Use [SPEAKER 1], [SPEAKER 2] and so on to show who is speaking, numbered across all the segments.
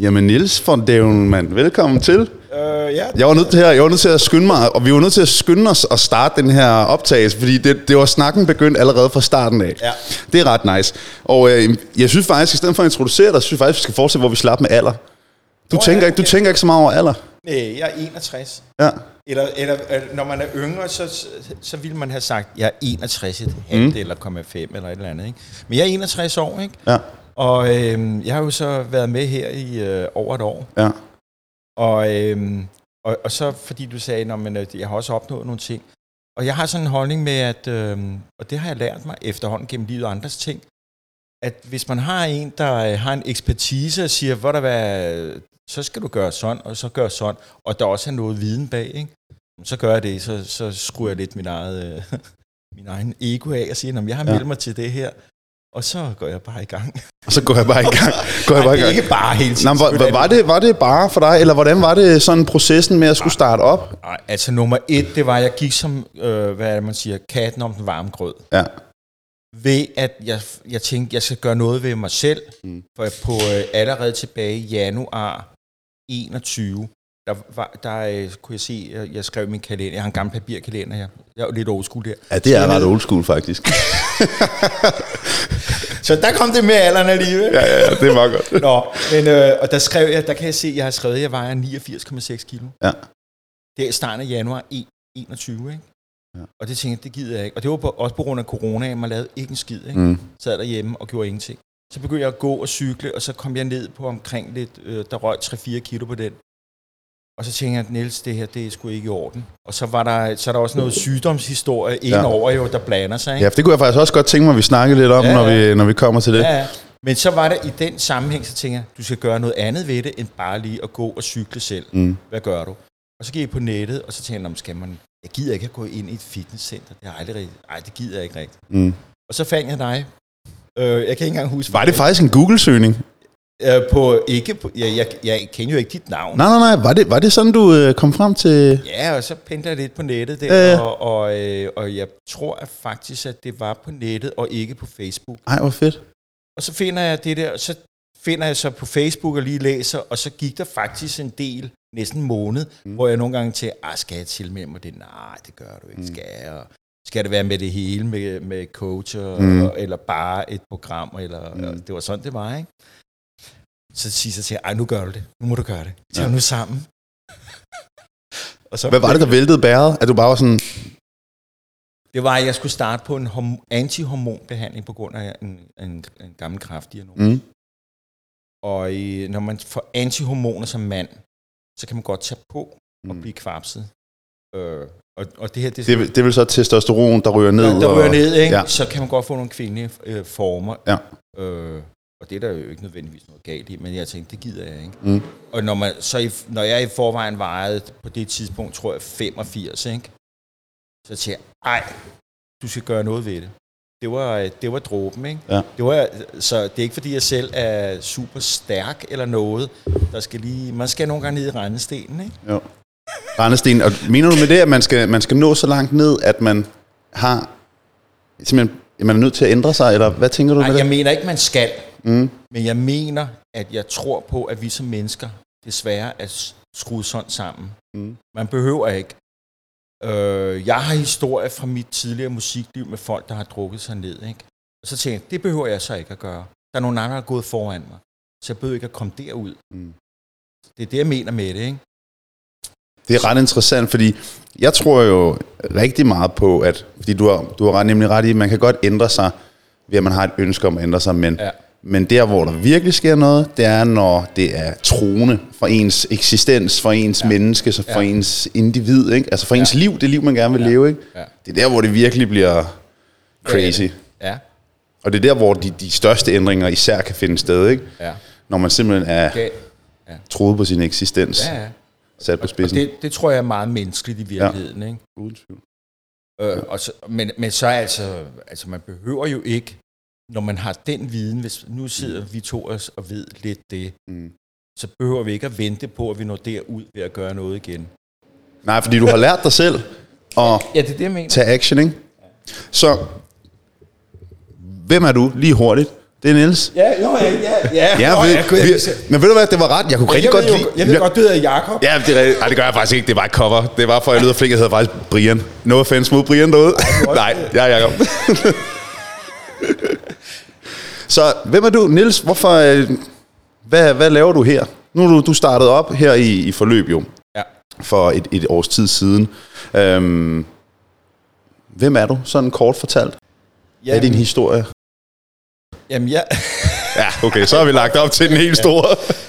[SPEAKER 1] Jamen Niels von Dævnen, mand. Velkommen til.
[SPEAKER 2] Ja.
[SPEAKER 1] Jeg var nødt til at skynde mig, og vi var nødt til at skynde os at starte den her optagelse, fordi det var snakken begyndt allerede fra starten af.
[SPEAKER 2] Ja.
[SPEAKER 1] Det er ret nice. Og jeg synes faktisk, i stedet for at introducere dig, synes jeg faktisk, vi skal fortsætte, hvor vi slapper med alder. Du tænker ikke så meget over alder.
[SPEAKER 2] Nej, jeg er 61.
[SPEAKER 1] Ja.
[SPEAKER 2] Eller når man er yngre, så ville man have sagt, jeg er 61, et halvt eller 0,5 eller et eller andet. Ikke? Men jeg er 61 år, ikke?
[SPEAKER 1] Ja.
[SPEAKER 2] Og jeg har jo så været med her i over et år.
[SPEAKER 1] Ja.
[SPEAKER 2] Og så fordi du sagde, jeg har også opnået nogle ting. Og jeg har sådan en holdning med, at, og det har jeg lært mig efterhånden gennem livet og andres ting, at hvis man har en, der har en ekspertise og siger, hvor der hvad, så skal du gøre sådan, og så gør sådan, og der også er noget viden bag, ikke? Så gør jeg det, så skruer jeg lidt min egen ego af og siger, jeg har meldt mig til det her, og så går jeg bare i gang.
[SPEAKER 1] Og så går jeg bare i gang.
[SPEAKER 2] Det er ikke bare hele tiden.
[SPEAKER 1] Var det bare for dig, eller hvordan var det sådan processen med at skulle starte op?
[SPEAKER 2] Altså nummer 1, det var, at jeg gik som, katten om den varme grød.
[SPEAKER 1] Ja.
[SPEAKER 2] Ved at jeg tænkte, jeg skal gøre noget ved mig selv, for på allerede tilbage i januar 21, der kunne jeg se, jeg skrev min kalender. Jeg har en gammel papirkalender her. Jeg er jo lidt old school der.
[SPEAKER 1] Ja, det er ret old school faktisk.
[SPEAKER 2] Så der kom det med alderen alligevel.
[SPEAKER 1] Ja, det er meget godt.
[SPEAKER 2] Nå, men, og der skrev jeg, der kan jeg se, at jeg har skrevet, at jeg vejer 89,6 kilo.
[SPEAKER 1] Ja.
[SPEAKER 2] Det er i starten af januar 21, ikke?
[SPEAKER 1] Ja.
[SPEAKER 2] Og det tænkte jeg, det gider jeg ikke. Og det var også på grund af corona, man lavede ikke en skid, ikke? Sad derhjemme og gjorde ingenting. Så begyndte jeg at gå og cykle, og så kom jeg ned på omkring lidt, der røg 3-4 kilo på den. Og så tænkte jeg, at Niels, det her, det er sgu ikke i orden. Og så er der også noget sygdomshistorie indenover, jo, der blander sig, ikke?
[SPEAKER 1] Ja, for det kunne jeg faktisk også godt tænke mig, at vi snakkede lidt om, når vi kommer til det.
[SPEAKER 2] Ja. Men så var der i den sammenhæng, så tænkte jeg, du skal gøre noget andet ved det, end bare lige at gå og cykle selv. Hvad gør du? Og så gik jeg på nettet, og så tænkte jeg, gider ikke at gå ind i et fitnesscenter. Det har aldrig rigtigt. Nej, det gider jeg ikke rigtigt. Og så fandt jeg dig. Jeg kan ikke engang huske.
[SPEAKER 1] Var det faktisk en Google-søgning?
[SPEAKER 2] Jeg kender jo ikke dit navn.
[SPEAKER 1] Nej. Var det sådan, du kom frem til?
[SPEAKER 2] Ja, og så pendte jeg lidt på nettet der, og jeg tror at faktisk, at det var på nettet og ikke på Facebook.
[SPEAKER 1] Ej, hvor fedt.
[SPEAKER 2] Og så finder jeg det der, og så finder jeg så på Facebook og lige læser, og så gik der faktisk en del, næsten en måned, hvor jeg nogle gange tænkte, skal jeg tilmelde mig det? Nej, det gør du ikke. Skal det være med det hele, med coach, eller bare et program, eller det var sådan, det var, ikke? Så siger jeg, nu gør du det. Nu må du gøre det. Tag nu sammen. Og så,
[SPEAKER 1] hvad var det, der væltede bæret? At du bare var sådan...
[SPEAKER 2] Det var, at jeg skulle starte på en antihormonbehandling på grund af en gammel kræftdiagnose. Og når man får antihormoner som mand, så kan man godt tage på og blive kvapset. Og det her...
[SPEAKER 1] Det vil så testosteron, der ryger ned.
[SPEAKER 2] Der ryger ned, ikke? Ja. Så kan man godt få nogle kvindelige former.
[SPEAKER 1] Ja.
[SPEAKER 2] Og det er der jo ikke nødvendigvis noget galt i, men jeg tænkte, det gider jeg ikke. Og når jeg i forvejen vejede på det tidspunkt, tror jeg 85, ikke? Så siger jeg, du skal gøre noget ved det. Det var dråben, ikke?
[SPEAKER 1] Ja.
[SPEAKER 2] Så det er ikke fordi jeg selv er super stærk eller noget. Man skal nogle gange ned i rendestenen, ikke?
[SPEAKER 1] Jo. Rendestenen. Og mener du med det, at man skal nå så langt ned, at man har simpelthen man er nødt til at ændre sig, eller hvad tænker du med det?
[SPEAKER 2] Jeg mener ikke, man skal. Men jeg mener, at jeg tror på, at vi som mennesker desværre er skruet sådan sammen. Man behøver ikke. Jeg har historier fra mit tidligere musikliv med folk, der har drukket sig ned, ikke? Og så tænkte jeg, det behøver jeg så ikke at gøre. Der er nogle andre, der er gået foran mig. Så jeg behøver ikke at komme derud. Det er det, jeg mener med det, ikke?
[SPEAKER 1] Det er ret interessant, fordi jeg tror jo rigtig meget på, at fordi du har nemlig ret i, at man kan godt ændre sig, ved at man har et ønske om at ændre sig, men der, hvor der virkelig sker noget, det er, når det er troende for ens eksistens, for ens menneske, så for ens individ, ikke? Altså for ens liv, det liv, man gerne vil leve, ikke? Ja. Det er der, hvor det virkelig bliver crazy.
[SPEAKER 2] Ja.
[SPEAKER 1] Og det er der, hvor de største ændringer især kan finde sted, ikke? Ja. Når man simpelthen er troet på sin eksistens.
[SPEAKER 2] Ja.
[SPEAKER 1] Sat på spidsen.
[SPEAKER 2] Og det tror jeg er meget menneskeligt i virkeligheden, ikke?
[SPEAKER 1] Uden tvivl.
[SPEAKER 2] Men så altså man behøver jo ikke, når man har den viden, hvis nu sidder vi to os og ved lidt det, så behøver vi ikke at vente på, at vi når derud ved at gøre noget igen.
[SPEAKER 1] Nej, fordi du har lært dig selv at
[SPEAKER 2] det er det, jeg mener.
[SPEAKER 1] Tage action, ikke? Så, hvem er du, lige hurtigt? Det er Niels.
[SPEAKER 2] Ja.
[SPEAKER 1] Men ved du hvad, det var ret. Jeg kunne rigtig godt lide...
[SPEAKER 2] Jeg ved godt, du hedder Jakob.
[SPEAKER 1] Ja, det gør jeg faktisk ikke. Det var et cover. Det var for, jeg lyder flink. Jeg hedder faktisk Brian. No offense mod Brian derude. Nej, jeg er Jakob. Så, hvem er du? Niels, hvorfor... Hvad laver du her? Nu er du startet op her i forløb jo.
[SPEAKER 2] Ja. For
[SPEAKER 1] et års tid siden. Hvem er du? Sådan kort fortalt. Hvad er din historie?
[SPEAKER 2] Jamen, ja.
[SPEAKER 1] Ja, okay, så har vi lagt op til den helt store.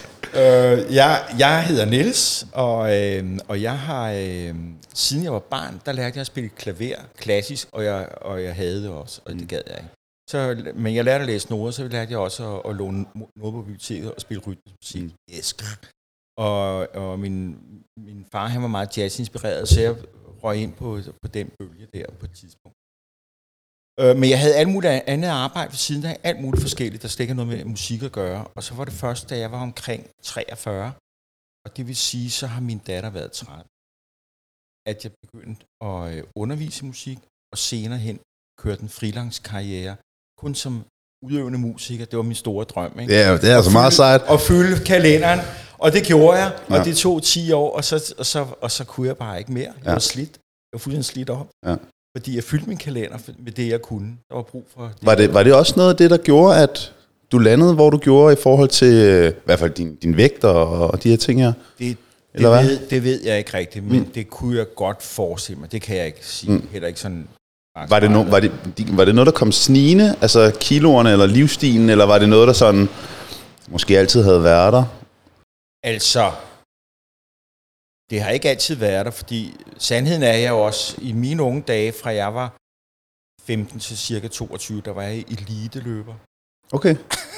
[SPEAKER 2] Jeg hedder Niels, og jeg har, siden jeg var barn, der lærte jeg at spille klaver klassisk, og jeg havde det også, og det gad jeg ikke. Men jeg lærte at læse noder, så lærte jeg også at låne noget på biblioteket og spille rytmisk musik. Yes. Og min far, han var meget jazzinspireret, så jeg røg ind på den bølge der på et tidspunkt. Men jeg havde alt muligt andet arbejde ved siden af, alt muligt forskelligt, der slet ikke noget med musik at gøre. Og så var det først, da jeg var omkring 43, og det vil sige, så har min datter været 13, at jeg begyndte at undervise i musik, og senere hen kørte en freelance-karriere, kun som udøvende musiker. Det var min store drøm, ikke?
[SPEAKER 1] Ja, det er altså meget sejt.
[SPEAKER 2] Og fylde kalenderen, og det gjorde jeg, og det tog 10 år, og så kunne jeg bare ikke mere. Jeg var slidt. Jeg var fuldstændig slidt op. Ja. Fordi jeg fyldte min kalender med det, jeg kunne. Der var brug for det.
[SPEAKER 1] Var det også noget af det, der gjorde, at du landede, hvor du gjorde i forhold til i hvert fald din vægt og de her ting her?
[SPEAKER 2] Det ved jeg ikke rigtigt, men det kunne jeg godt forestille mig. Det kan jeg ikke sige. Heller ikke sådan...
[SPEAKER 1] Var det noget, der kom snigende? Altså kiloerne eller livsstilen? Eller var det noget, der sådan måske altid havde været der?
[SPEAKER 2] Altså... Det har ikke altid været der, fordi sandheden er jeg også, i mine unge dage, fra jeg var 15 til cirka 22, der var jeg eliteløber.
[SPEAKER 1] Okay.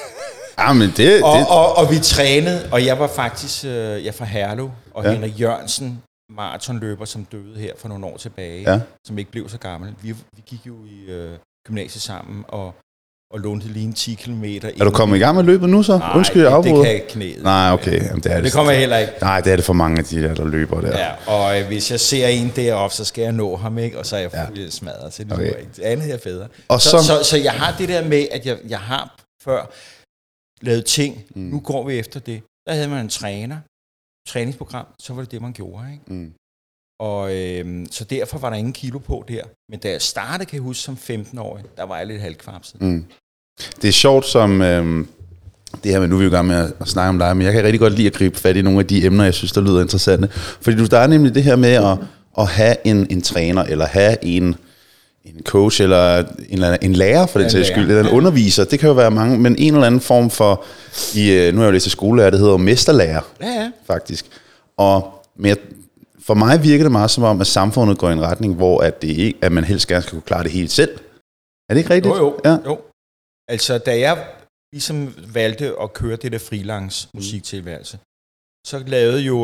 [SPEAKER 2] Og vi trænede, og jeg var faktisk, fra Herlev, og Henrik Jørgensen, maratonløber, som døde her for nogle år tilbage, som ikke blev så gammel. Vi gik jo i gymnasiet sammen, og lånte lige en 10 kilometer.
[SPEAKER 1] Er du kommet i gang med løbet nu så?
[SPEAKER 2] Nej, det kan jeg knæet.
[SPEAKER 1] Nej, okay. Jamen,
[SPEAKER 2] det kommer jeg heller ikke.
[SPEAKER 1] Nej, det er det for mange af de der løber der.
[SPEAKER 2] Ja, og hvis jeg ser en deroppe, så skal jeg nå ham, ikke? Og så er jeg fuldstændig smadret til det. Okay. Det andet er federe. Og så jeg har det der med, at jeg har før lavet ting. Nu går vi efter det. Der havde man en træningsprogram, så var det det, man gjorde, ikke? Og så derfor var der ingen kilo på der. Men da jeg startede, kan jeg huske, som 15-årig, der var jeg lidt halvkvapset.
[SPEAKER 1] Det er sjovt som... det her med, nu er vi jo i gang med at snakke om dig, men jeg kan rigtig godt lide at gribe fat i nogle af de emner, jeg synes, der lyder interessante. Fordi der er nemlig det her med at have en træner, eller have en coach, eller en lærer for den sags skyld, eller en underviser. Det kan jo være mange, men en eller anden form for... nu har jeg jo læst til skolelærer, det hedder mesterlærer, faktisk. Men for mig virker det meget som om, at samfundet går i en retning, hvor at man helst gerne skal kunne klare det helt selv. Er det ikke rigtigt?
[SPEAKER 2] Jo. Altså, da jeg ligesom valgte at køre det der freelance musiktilværelse, så lavede jo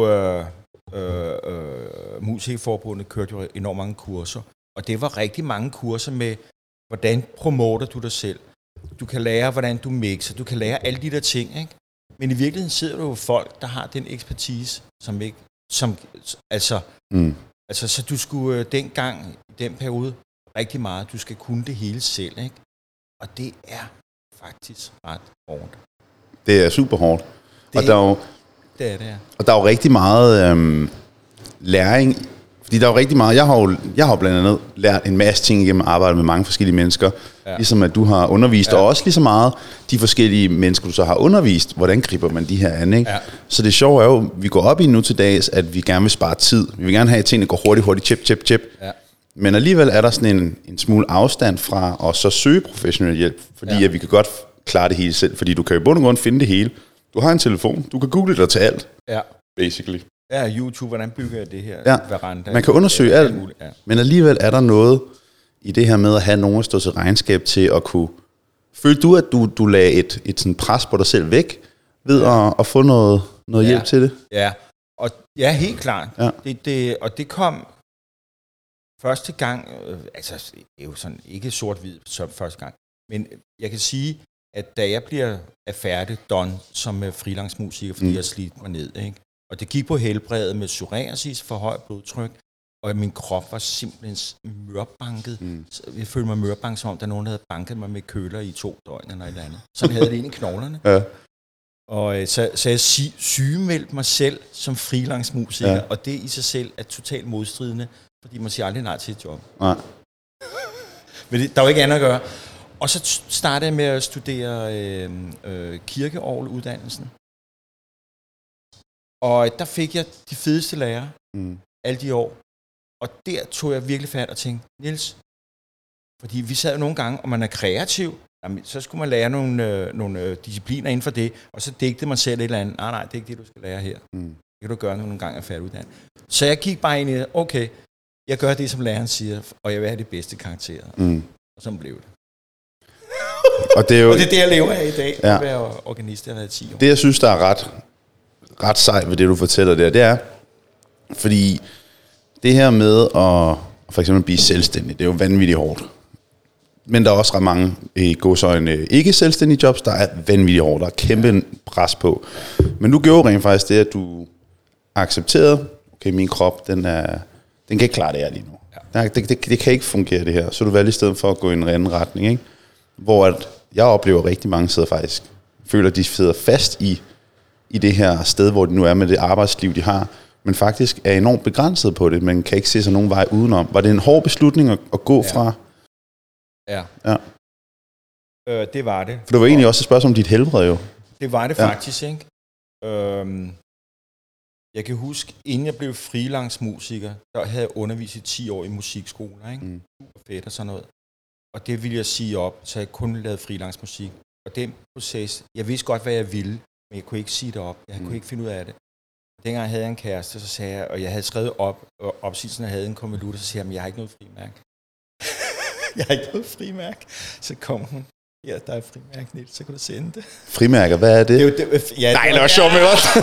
[SPEAKER 2] Musikforbundet kørte jo enormt mange kurser. Og det var rigtig mange kurser med, hvordan promoter du dig selv. Du kan lære, hvordan du mixer. Du kan lære alle de der ting, ikke? Men i virkeligheden sidder du jo folk, der har den ekspertise, så du skulle dengang, i den periode, rigtig meget, du skal kunne det hele selv, ikke? Og det er faktisk ret hårdt.
[SPEAKER 1] Det er super hårdt.
[SPEAKER 2] Det er det.
[SPEAKER 1] Og der er jo rigtig meget læring. Fordi der er jo rigtig meget, jeg har jo blandt andet lært en masse ting igennem at arbejde med mange forskellige mennesker. Ja. Ligesom at du har undervist, og også lige så meget de forskellige mennesker, du så har undervist, hvordan griber man de her an, ikke? Ja. Så det sjove er jo, vi går op i nu til dags, at vi gerne vil spare tid. Vi vil gerne have, at tingene går hurtigt, chip. Ja. Men alligevel er der sådan en smule afstand fra at så søge professionel hjælp, fordi at vi kan godt klare det hele selv, fordi du kan i bund og grund finde det hele. Du har en telefon, du kan google dig til alt, basically.
[SPEAKER 2] Ja, YouTube, hvordan bygger jeg det her veranda?
[SPEAKER 1] Man kan undersøge alt, men alligevel er der noget i det her med at have nogen at stå til regnskab til at kunne... Følte du, at du lagde et sådan pres på dig selv væk ved at få noget hjælp til det?
[SPEAKER 2] Ja, helt klart. Ja. Og det kom første gang, altså det er jo sådan ikke sort-hvid som første gang, men jeg kan sige, at da jeg bliver færdig som freelance musiker, fordi jeg slidte mig ned, ikke? Og det gik på helbredet med psoriasis, for højt blodtryk, Og min krop var simpelthen mørbanket. Jeg følte mig mørbanket, som om der nogen, der havde banket mig med køler i 2 døgn eller et eller andet. Sådan havde det ind i knoglerne.
[SPEAKER 1] Ja.
[SPEAKER 2] Og så jeg sygemeldte mig selv som freelance-musiker, og det i sig selv er totalt modstridende, fordi man siger aldrig nej til et job.
[SPEAKER 1] Nej.
[SPEAKER 2] Men der er jo ikke andet at gøre. Og så startede jeg med at studere kirkeorgeluddannelsen. Og der fik jeg de fedeste lærere alle de år. Og der tog jeg virkelig fat og tænkte, Niels, fordi vi sad jo nogle gange, og man er kreativ, jamen, så skulle man lære nogle discipliner inden for det, og så digtede man selv et eller andet. Nej, det er ikke det, du skal lære her. Det kan du gøre nogle gange af færdiguddannet. Så jeg gik bare ind i det, okay, jeg gør det, som læreren siger, og jeg vil have det bedste karakterer. Og sådan blev det. Og det er jo, og det er det, jeg lever af i dag, at være organist. Jeg har været 10 år.
[SPEAKER 1] Det, jeg synes, der er ret sejt ved det, du fortæller der, det er, fordi det her med at for eksempel blive selvstændig, det er jo vanvittigt hårdt. Men der er også ret mange i godsøjne ikke selvstændige jobs, der er vanvittigt hårdt. Der er kæmpe pres på. Men du gjorde rent faktisk det, at du accepterede, okay, min krop, den kan ikke klare det her lige nu. Ja. Det kan ikke fungere det her. Så du valgte i stedet for at gå i en anden retning, ikke? Hvor at jeg oplever rigtig mange sidder faktisk, føler, at de sidder fast i det her sted, hvor de nu er med det arbejdsliv, de har, men faktisk er enormt begrænset på det, men kan ikke se sig nogen vej udenom. Var det en hård beslutning at gå fra?
[SPEAKER 2] Ja. Det var det.
[SPEAKER 1] For det var egentlig også et spørgsmål om dit helbred, jo.
[SPEAKER 2] Det var det faktisk, ikke? Jeg kan huske, inden jeg blev freelance-musiker, der havde jeg undervist i 10 år i musikskoler, ikke? Super fedt og sådan noget. Og det ville jeg sige op, så jeg kun lavede freelance-musik. Og den proces, jeg vidste godt, hvad jeg ville, men jeg kunne ikke sige det op. Jeg kunne ikke finde ud af det. Og dengang havde jeg en kæreste, så sagde jeg, og jeg havde skrevet opsigelsen, jeg havde en konvolut, så siger jeg, jeg har ikke noget frimærke. Jeg har ikke noget frimærke. Så kom hun. Ja, der er frimærke, Niels, så kan du sende det.
[SPEAKER 1] Frimærker, hvad er det? Nej, det var sjovt med os.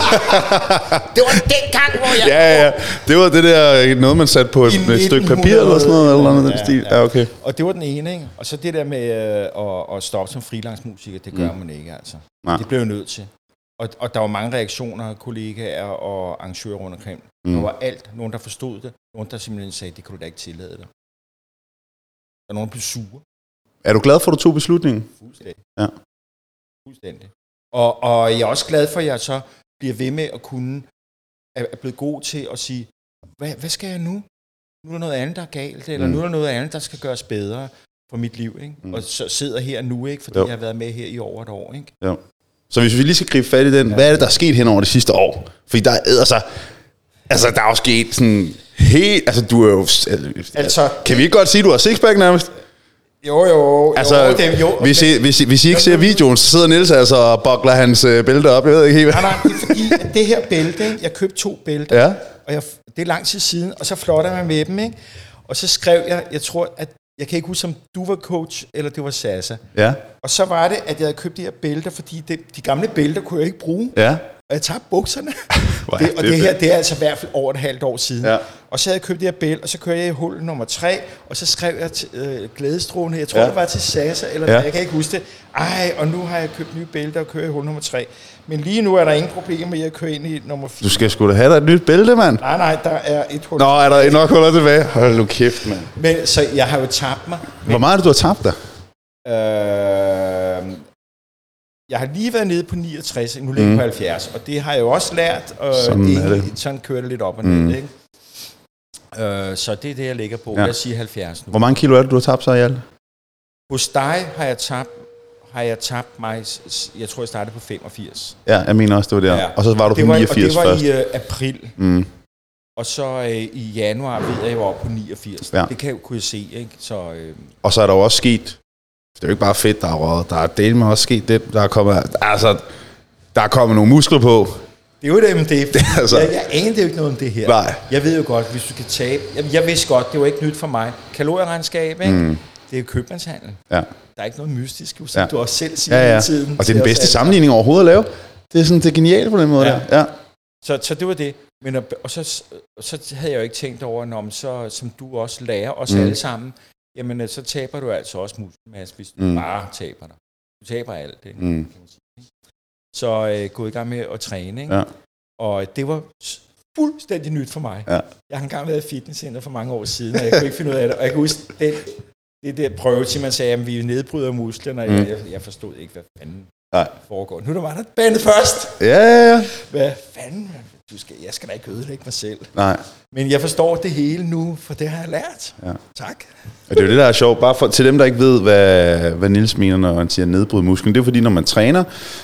[SPEAKER 2] Det var den gang, hvor jeg...
[SPEAKER 1] Ja. Det var det der, noget man satte på et stykke papir eller sådan noget, eller noget den stil. Ja, okay.
[SPEAKER 2] Og det var den ene, ikke? Og så det der med at stoppe som freelance-musiker, det gør man ikke, altså. Nej. Det blev jeg nødt til. Og der var mange reaktioner af kollegaer og arrangører rundt omkring. Der var alt. Nogen, der forstod det. Nogen, der simpelthen sagde, det kan du da ikke tillade dig. Der er nogen, der blev sure.
[SPEAKER 1] Er du glad for, at du tog beslutningen?
[SPEAKER 2] Fuldstændig.
[SPEAKER 1] Ja.
[SPEAKER 2] Fuldstændig. Og jeg er også glad for, at jeg så bliver ved med at kunne, er blevet god til at sige, hvad skal jeg nu? Nu er der noget andet, der er galt, eller nu er der noget andet, der skal gøres bedre for mit liv, ikke? Og så sidder her nu, ikke? Fordi jeg har været med her i over et år, ikke?
[SPEAKER 1] Jo. Så hvis vi lige skal gribe fat i den, hvad er det, der er sket hen over det sidste år? Fordi der er der er jo sket sådan helt, altså du er jo, altså, kan vi ikke godt sige, du har sixpack nærmest?
[SPEAKER 2] Jo.
[SPEAKER 1] Altså, hvis I ikke ser videoen, så sidder Niels altså og bokler hans bælte op. Jeg ved ikke helt, hvad.
[SPEAKER 2] Nej, det er fordi, at det her bælte, jeg købte 2 bælter, og det er lang tid siden, og så flotter jeg med dem, ikke? Og så skrev jeg tror, at jeg kan ikke huske, om du var coach, eller det var Sasa.
[SPEAKER 1] Ja.
[SPEAKER 2] Og så var det, at jeg havde købt de her bælter, fordi de gamle bælter kunne jeg ikke bruge.
[SPEAKER 1] Ja.
[SPEAKER 2] Og jeg tabte bukserne. Det her, det er altså i hvert fald over et halvt år siden. Ja. Og så havde jeg købt det her bælte, og så kører jeg i hul nummer 3, og så skrev jeg glædestrålende. Jeg tror, det var til Sasa, eller jeg kan ikke huske det. Og nu har jeg købt nye bælter og kører i hul nummer 3. Men lige nu er der ingen problemer med at køre ind i nummer 4.
[SPEAKER 1] Du skal sgu da have dig et nyt bælte, mand.
[SPEAKER 2] Nej, der er et hul.
[SPEAKER 1] Nå, er der nok huller tilbage? Hold nu kæft, mand.
[SPEAKER 2] Men så jeg har jo tabt mig.
[SPEAKER 1] Hvor meget er det, du har tabt dig?
[SPEAKER 2] Jeg har lige været nede på 69, nu ligger jeg på 70, og det har jeg jo også lært, og sådan kører det lidt op og ned, ikke? Så det er det, jeg ligger på. Jeg siger 70 nu.
[SPEAKER 1] Hvor mange kilo er det, du har tabt så i alt?
[SPEAKER 2] Hos dig har jeg tabt mig, jeg tror, jeg startede på 85.
[SPEAKER 1] Ja, jeg mener også, det var der. Ja. Og så var du på 89 først.
[SPEAKER 2] Og det var i april. Og så i januar ved jeg jo op på 89. Ja. Det kunne jeg se, ikke? Så,
[SPEAKER 1] og så er der jo også sket, det er jo ikke bare fedt, der er røget. Der er delt med også sket det. Der er kommet nogle muskler på.
[SPEAKER 2] Det er jo det, men jeg anede jo ikke noget om det her.
[SPEAKER 1] Nej.
[SPEAKER 2] Jeg ved jo godt, hvis du kan tabe... Jeg vidste godt, det var ikke nyt for mig. Kalorieregnskab, ikke? Det er jo købmandshandel. Ja. Der er ikke noget mystisk, som du også selv siger hele tiden.
[SPEAKER 1] Og det er den bedste sammenligning overhovedet at lave. Det er sådan, det er genialt på den måde der. Ja.
[SPEAKER 2] Så det var det. Men, og så havde jeg jo ikke tænkt over, så, som du også lærer os alle sammen, jamen så taber du altså også muskelmasse, hvis du bare taber dig. Du taber alt, ikke? Kan man sige. Så gå i gang med at træne, ikke? Ja. Og det var fuldstændig nyt for mig.
[SPEAKER 1] Ja.
[SPEAKER 2] Jeg har engang været i fitnesscenter for mange år siden, og jeg kunne ikke finde ud af det. Og jeg kan huske, det der prøve til, man sagde, at vi nedbryder musklerne, og jeg forstod ikke, hvad fanden foregår. Nu der var der bandet først.
[SPEAKER 1] Ja.
[SPEAKER 2] Hvad fanden? Jeg skal da ikke ødelægge mig selv.
[SPEAKER 1] Nej.
[SPEAKER 2] Men jeg forstår det hele nu, for det har jeg lært.
[SPEAKER 1] Ja.
[SPEAKER 2] Tak.
[SPEAKER 1] Og det er jo det, der er sjovt. Bare til dem, der ikke ved, hvad Niels mener, når han siger nedbryde musklen. Det er fordi, når man træner,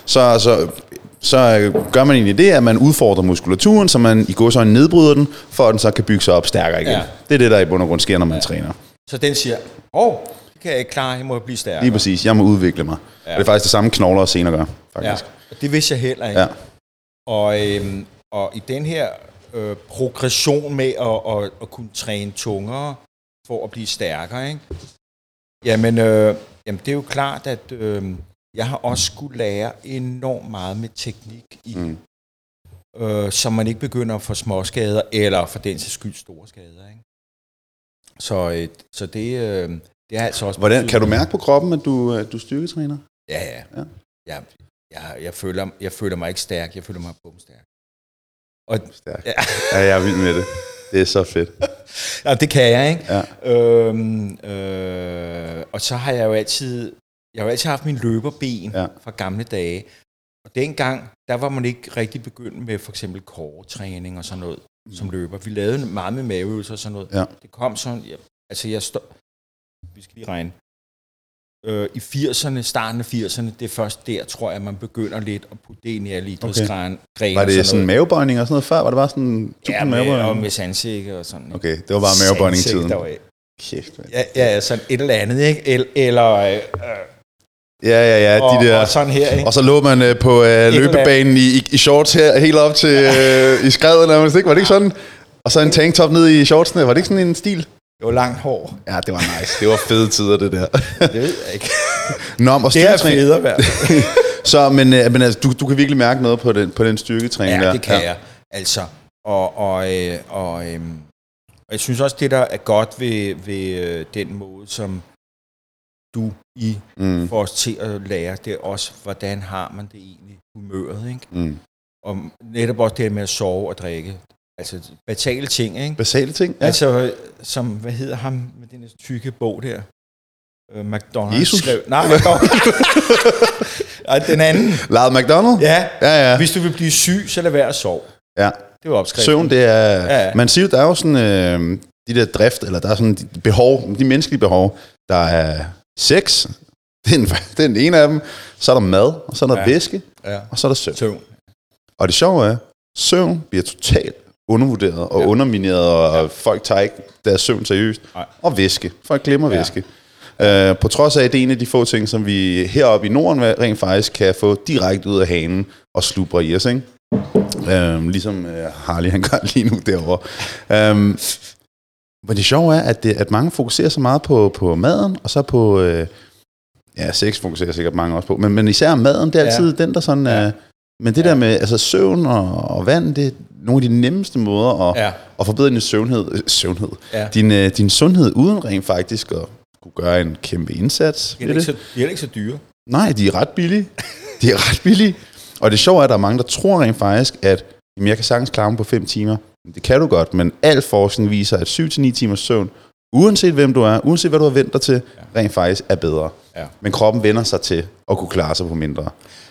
[SPEAKER 1] så gør man egentlig det, at man udfordrer muskulaturen, så man i gåseøjne nedbryder den, for at den så kan bygge sig op stærkere igen. Ja. Det er det, der i bund og grund sker, når man træner.
[SPEAKER 2] Så den siger, det kan jeg ikke klare, jeg må blive stærkere.
[SPEAKER 1] Lige præcis, jeg må udvikle mig. Ja. Og det er faktisk det samme knogler og sener gør, faktisk.
[SPEAKER 2] Ja, det vidste jeg heller ikke. Ja. Og i den her progression med at kunne træne tungere for at blive stærkere, ikke? Jamen, det er jo klart, at jeg har også skulle lære enormt meget med teknik i, så man ikke begynder at få småskader, eller for den sags skyld store skader, ikke? Så det er altså også...
[SPEAKER 1] Hvordan, kan du mærke på kroppen, at du styrketræner?
[SPEAKER 2] Ja. Jeg føler mig ikke stærk, jeg føler mig bumstærk.
[SPEAKER 1] Stærk. Ja, jeg er vild med det. Det er så fedt.
[SPEAKER 2] Ja, det kan jeg, ikke?
[SPEAKER 1] Ja.
[SPEAKER 2] Og så har jeg jo altid haft min løberben fra gamle dage. Og dengang, der var man ikke rigtig begyndt med for eksempel core-træning og sådan noget som løber. Vi lavede meget med maveøvelser og sådan noget. Ja. Det kom sådan, vi skal lige regne. I 80'erne, starten af 80'erne, det er først der, tror jeg, man begynder lidt at putte det ind i alle idrætsgrene.
[SPEAKER 1] Okay. Var det sådan mavebøjning og sådan noget før? Var det bare sådan
[SPEAKER 2] mavebøjning? Med sandsække og sådan.
[SPEAKER 1] Okay, det var bare mavebøjning-tiden.
[SPEAKER 2] Kæft, ja, sådan et eller andet, ikke? Eller...
[SPEAKER 1] Ja, de der.
[SPEAKER 2] Og sådan her, ikke?
[SPEAKER 1] Og så lå man på løbebanen i shorts her, helt op til i skredet, nærmest, ikke? Var det ikke sådan? Og så en tanktop ned i shortsene, var det ikke sådan en stil?
[SPEAKER 2] Det var langt hår.
[SPEAKER 1] Ja, det var nice. Det var fede tider, det der.
[SPEAKER 2] Det ved jeg ikke.
[SPEAKER 1] Nå, og
[SPEAKER 2] det er federe værd.
[SPEAKER 1] Så, men altså, du kan virkelig mærke noget på den styrketræning der?
[SPEAKER 2] Ja, det kan jeg. Altså, og jeg synes også, det der er godt ved den måde, som du får os til at lære, det er også, hvordan har man det egentlig humøret, ikke? Og netop også det med at sove og drikke. Altså basale ting, ikke?
[SPEAKER 1] Basale ting, ja.
[SPEAKER 2] Altså, som, hvad hedder ham med den tykke bog der? McDonald's.
[SPEAKER 1] Jesus?
[SPEAKER 2] Nej, den anden.
[SPEAKER 1] Lad McDonald?
[SPEAKER 2] Ja. Hvis du vil blive syg, så lad være at sove.
[SPEAKER 1] Ja.
[SPEAKER 2] Det var opskriften.
[SPEAKER 1] Søvn, det er... Ja. Man siger jo, der er jo sådan de der drift, eller der er sådan de behov, de menneskelige behov. Der er sex, det er den ene af dem. Så er der mad, og så er der væske, og så er der søvn. Og det sjove er, søvn bliver totalt undervurderet og undermineret, og folk tager ikke deres søvn seriøst. Nej. Og væske. Folk glemmer væske. På trods af, at det er en af de få ting, som vi heroppe i Norden rent faktisk kan få direkte ud af hanen og slubre i os, ikke? Ligesom Harley, han gør lige nu derovre. Men det sjove er, at mange fokuserer så meget på maden, og så på... sex fokuserer sikkert mange også på, men især maden, det er altid den, der sådan... Men det der med altså søvn og vand, det er nogle af de nemmeste måder at forbedre din sundhed. Din sundhed uden rent faktisk at kunne gøre en kæmpe indsats.
[SPEAKER 2] De er ikke så dyre.
[SPEAKER 1] Nej, de er ret billige. Og det sjove er, at der er mange, der tror rent faktisk, at jeg kan sagtens klare mig på 5 timer. Det kan du godt, men al forskning viser, at 7-9 timers søvn, uanset hvem du er, uanset hvad du har vendt dig til, rent faktisk er bedre. Ja. Men kroppen vender sig til at kunne klare sig på mindre.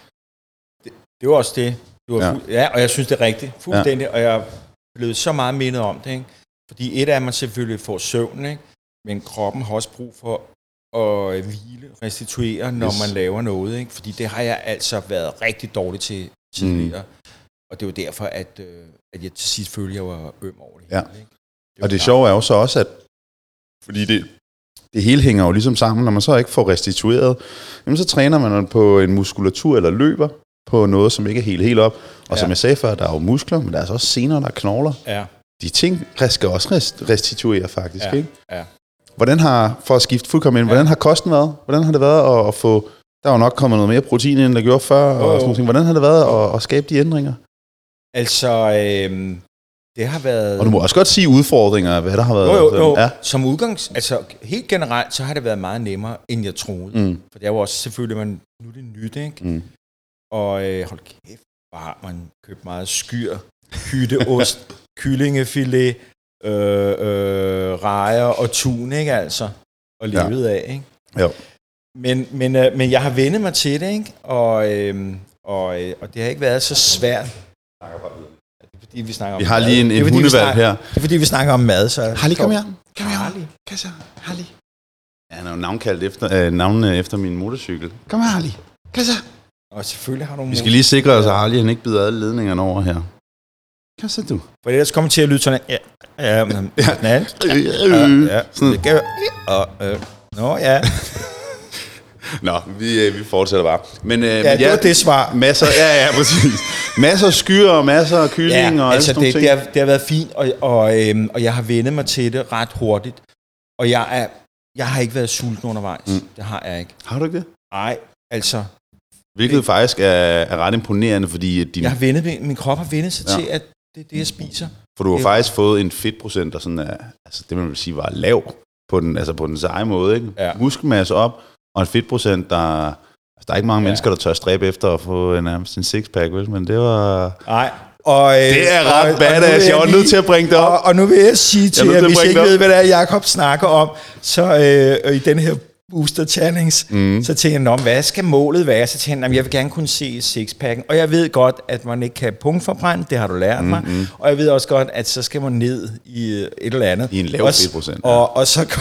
[SPEAKER 2] Det var også det. Og jeg synes, det er rigtigt. Fuldstændig. Og jeg er blevet så meget mindet om det, ikke? Fordi et af man selvfølgelig får søvn, ikke? Men kroppen har også brug for at hvile, restituere, når man laver noget, ikke? Fordi det har jeg altså været rigtig dårlig til tidligere. Og det er jo derfor, at jeg til sidst følte, at jeg var øm over det hele, ikke?
[SPEAKER 1] Og det sjove er jo så også, at fordi det hele hænger jo ligesom sammen, når man så ikke får restitueret, jamen så træner man på en muskulatur eller løber på noget, som ikke er helt op. Og som jeg sagde før, der er jo muskler, men der er altså også sener, der er knogler. Ja. De ting skal også restituere faktisk, ikke? Ja. Hvordan har, for at skifte fuldkommen ind, hvordan har kosten været? Hvordan har det været at få, der er jo nok kommet noget mere protein, end der gjorde før, og sådan noget. Hvordan har det været at skabe de ændringer?
[SPEAKER 2] Altså, det har været...
[SPEAKER 1] Og du må også godt sige udfordringer, hvad der har været.
[SPEAKER 2] Jo. Ja. Som altså helt generelt, så har det været meget nemmere, end jeg troede. For det er jo også selvfølgelig, nu er det nyt, ikke? Og hold kæft, hvor har man købt meget skyr, hytteost kyllingefilet, rejer og tun, ikke altså? Og levet af, ikke?
[SPEAKER 1] Jo.
[SPEAKER 2] Men jeg har vendt mig til det, ikke? Og det har ikke været så svært. Fordi vi snakker om
[SPEAKER 1] vi har lige en hundevalg her.
[SPEAKER 2] Det er fordi, vi snakker om mad, så...
[SPEAKER 1] Harley, kom her.
[SPEAKER 2] Harley.
[SPEAKER 1] Harley. Ja, han er jo navnkaldt efter min motorcykel. Kom her, Harley. Kom så.
[SPEAKER 2] Og selvfølgelig har du...
[SPEAKER 1] Vi skal lige sikre os, at Harley han ikke bider alle ledningerne over her. Kom så, du.
[SPEAKER 2] For ellers kommer til at lyde sådan...
[SPEAKER 1] Nå, vi fortsætter bare. Men
[SPEAKER 2] det var det svar.
[SPEAKER 1] Masser, ja, præcis. Masser af skyer og masser af kylling og
[SPEAKER 2] altså
[SPEAKER 1] alt sådan
[SPEAKER 2] det har været fint, og jeg har vendt mig til det ret hurtigt. Og jeg har ikke været sulten undervejs. Det har jeg ikke.
[SPEAKER 1] Har du ikke det?
[SPEAKER 2] Nej, altså...
[SPEAKER 1] Hvilket faktisk er ret imponerende, fordi...
[SPEAKER 2] Min krop har vendt sig til, at det er det, jeg spiser.
[SPEAKER 1] For du har faktisk fået en fedtprocent, der sådan er, altså det man vil sige var lav på den seje måde, ikke? Ja. Muskelmasse op, og en fedtprocent, der er ikke mange mennesker, der tør stræbe efter at få nærmest en sixpack, vel? Men det var...
[SPEAKER 2] Nej.
[SPEAKER 1] Det er ret badass. Jeg var nødt til at bringe det op.
[SPEAKER 2] Og nu vil jeg sige til jer, hvis I ikke ved, hvad det er, Jakob snakker om, så i den her booster challenge, så tænker jeg, hvad skal målet være? Så tænker jeg vil gerne kunne se sixpacken. Og jeg ved godt, at man ikke kan punktforbrænde, det har du lært mig. Og jeg ved også godt, at så skal man ned i et eller andet.
[SPEAKER 1] I en lav fedtprocent.
[SPEAKER 2] Og så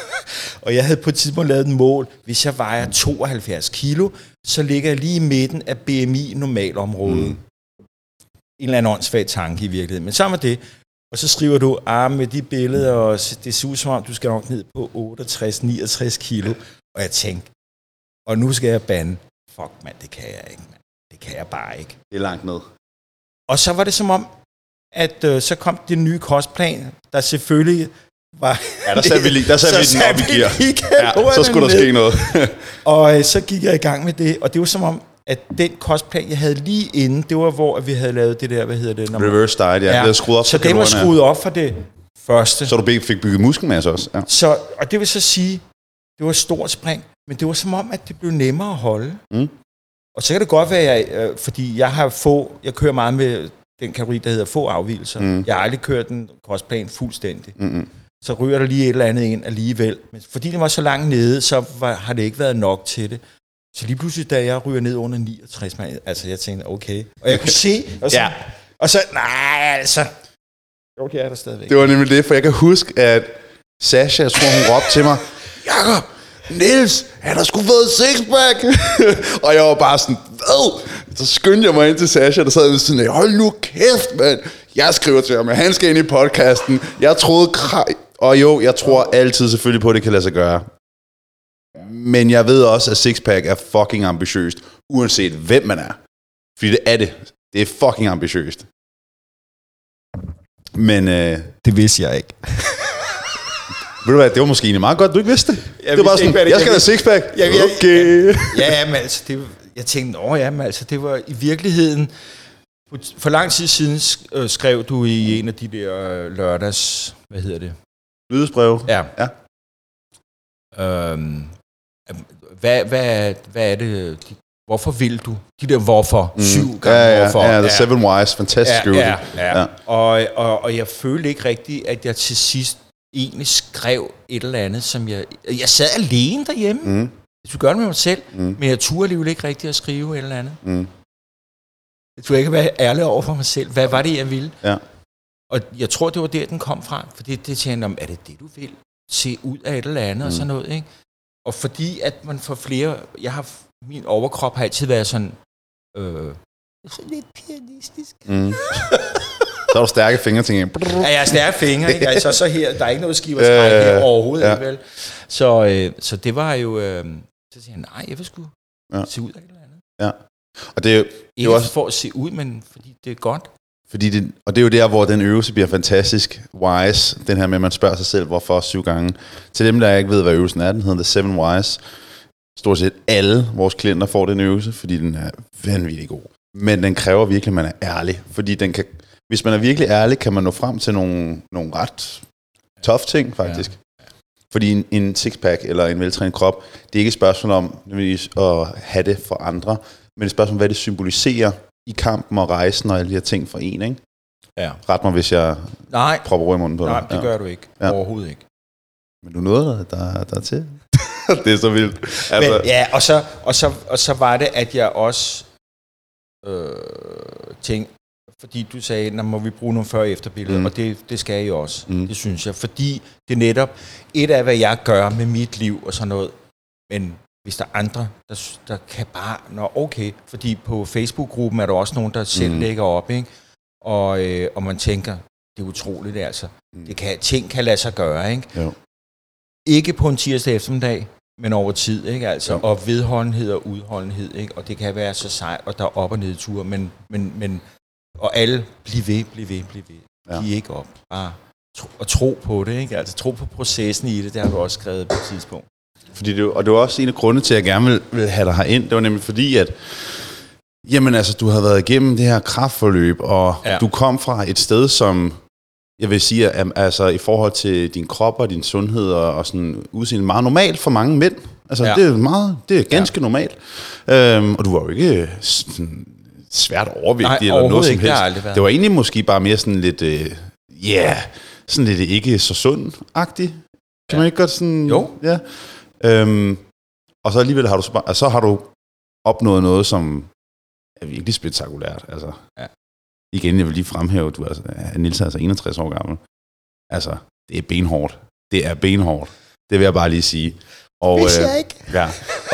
[SPEAKER 2] og jeg havde på et tidspunkt lavet et mål, hvis jeg vejer 72 kilo, så ligger jeg lige i midten af BMI normalområdet. En eller anden åndssvag tanke i virkeligheden. Men så med det. Og så skriver du, med de billeder, og det ser ud som om, du skal nok ned på 68-69 kilo. Og jeg tænkte, og nu skal jeg bande. Fuck, mand, det kan jeg ikke, mand. Det kan jeg bare ikke.
[SPEAKER 1] Det er langt ned.
[SPEAKER 2] Og så var det som om, at så kom det nye kostplan, der selvfølgelig var...
[SPEAKER 1] Ja, der satte vi den op i gear. Ja, så skulle der ske noget.
[SPEAKER 2] Og så gik jeg i gang med det, og det var som om, at den kostplan, jeg havde lige inden, det var, hvor vi havde lavet det der, hvad hedder det?
[SPEAKER 1] Reverse diet, ja. Det skruet op
[SPEAKER 2] så den var skruet op for det første.
[SPEAKER 1] Så du fik bygget muskelmasse også? Ja.
[SPEAKER 2] Så, og det vil så sige, det var et stort spring, men det var som om, at det blev nemmere at holde. Og så kan det godt være, fordi jeg kører meget med den kategori, der hedder få afvigelser. Jeg har aldrig kørt en kostplan fuldstændig. Så ryger der lige et eller andet ind alligevel. Men fordi det var så langt nede, så har det ikke været nok til det. Så lige pludselig, da jeg ryger ned under 69, altså jeg tænkte, okay. Og jeg kunne se, og så nej, altså. Okay, er der stadigvæk.
[SPEAKER 1] Det var nemlig det, for jeg kan huske, at Sasha, jeg tror, hun råbte til mig, Jakob, Niels, han har sgu fået sixpack. Og jeg var bare sådan, hvad? Så skyndte jeg mig ind til Sasha, der sad ved siden af, hold nu kæft, mand. Jeg skriver til ham, at han skal ind i podcasten. Jeg troede, og jo, jeg tror altid selvfølgelig på, at det kan lade sig gøre. Men jeg ved også, at sixpack er fucking ambitiøst, uanset hvem man er. Fordi det er det. Det er fucking ambitiøst. Men
[SPEAKER 2] det vidste jeg ikke.
[SPEAKER 1] Ved du hvad, det var måske egentlig meget godt, du ikke vidste det. Det var sådan, jeg skal have sixpack.
[SPEAKER 2] Okay. Ja, men altså, jeg tænkte, altså, det var i virkeligheden... For lang tid siden skrev du i en af de der lørdags... Hvad hedder det?
[SPEAKER 1] Nyhedsbreve.
[SPEAKER 2] Ja. Hvad er det... Hvorfor vil du? De der hvorfor. 7 gange hvorfor.
[SPEAKER 1] Ja, The Seven Whys. Fantastisk øvelse.
[SPEAKER 2] Ja. Og jeg følte ikke rigtigt, at jeg til sidst egentlig skrev et eller andet, som jeg sad alene derhjemme. Jeg skulle gøre det med mig selv, men jeg turde alligevel ikke rigtigt at skrive et eller andet. Jeg turde ikke være ærlig over for mig selv. Hvad var det, jeg ville?
[SPEAKER 1] Ja.
[SPEAKER 2] Og jeg tror, det var der, den kom fra. For det tænkte jeg om, er det det, du vil? Se ud af et eller andet og sådan noget, ikke? Og fordi at man får flere... Min overkrop har altid været sådan... lidt pianistisk.
[SPEAKER 1] Så har du stærke fingre, tænker jeg.
[SPEAKER 2] Ja, jeg har stærke fingre, ikke? Altså, så her, der er ikke noget skiverstræk her overhovedet, ikke vel? Så det var jo... så tænkte jeg, nej, jeg vil sgu se ud af et eller andet.
[SPEAKER 1] Ja. Og det er
[SPEAKER 2] ikke også for at se ud, men fordi det er godt.
[SPEAKER 1] Og det er jo der, hvor den øvelse bliver fantastisk wise. Den her med, at man spørger sig selv, hvorfor 7 gange. Til dem, der ikke ved, hvad øvelsen er, den hedder The Seven Whys. Stort set alle vores klienter får den øvelse, fordi den er vanvittig god. Men den kræver virkelig, at man er ærlig. Fordi den kan, hvis man er virkelig ærlig, kan man nå frem til nogle ret tough ting, faktisk. Ja. Fordi en sixpack eller en veltrænet krop, det er ikke et spørgsmål om at have det for andre, men et spørgsmål om, hvad det symboliserer i kampen og rejsen og alle de her ting for en, ikke?
[SPEAKER 2] Ja.
[SPEAKER 1] Ret mig, hvis jeg propper ord i munden på dig.
[SPEAKER 2] Nej, det gør du ikke. Ja. Overhovedet ikke.
[SPEAKER 1] Men du nåede der er til. Det er så vildt.
[SPEAKER 2] Altså. Men, ja, og så var det, at jeg også tænkte, fordi du sagde, må vi bruge nogle før- og efterbilleder, og det skal I også. Det synes jeg. Fordi det er netop et af, hvad jeg gør med mit liv og sådan noget. Men hvis der er andre, der kan bare... okay. Fordi på Facebook-gruppen er der også nogen, der selv lægger op, ikke? Og man tænker, det er utroligt, altså. Ting kan lade sig gøre, ikke?
[SPEAKER 1] Jo. Ikke
[SPEAKER 2] på en tirsdag eftermiddag, men over tid, ikke? Altså, og vedholdenhed og udholdenhed, ikke? Og det kan være så sejt, og der er op- og nedture, men og alle bliv ved. Giv ikke op. Bare tro på det, ikke? Altså tro på processen i det, det har du også skrevet på et tidspunkt.
[SPEAKER 1] Fordi det var også en af grundene til, at jeg gerne vil have dig herind. Det var nemlig fordi, at jamen, altså, du har været igennem det her kraftforløb, og du kom fra et sted, som jeg vil sige, altså i forhold til din krop og din sundhed og sådan udseende meget normalt for mange mænd. Altså det er ganske normalt. Og du var jo ikke sådan svært overvægtig eller noget som helst. Det var egentlig måske bare mere sådan lidt, sådan lidt ikke så sund-agtigt. Kan man ikke godt sådan...
[SPEAKER 2] Jo.
[SPEAKER 1] Ja. Og så alligevel har du opnået noget, som er virkelig spektakulært. Altså, igen, jeg vil lige fremhæve, Niels er altså 61 år gammel. Altså, det er benhårdt. Det vil jeg bare lige sige. Og,
[SPEAKER 2] hvis jeg ikke.
[SPEAKER 1] Ja.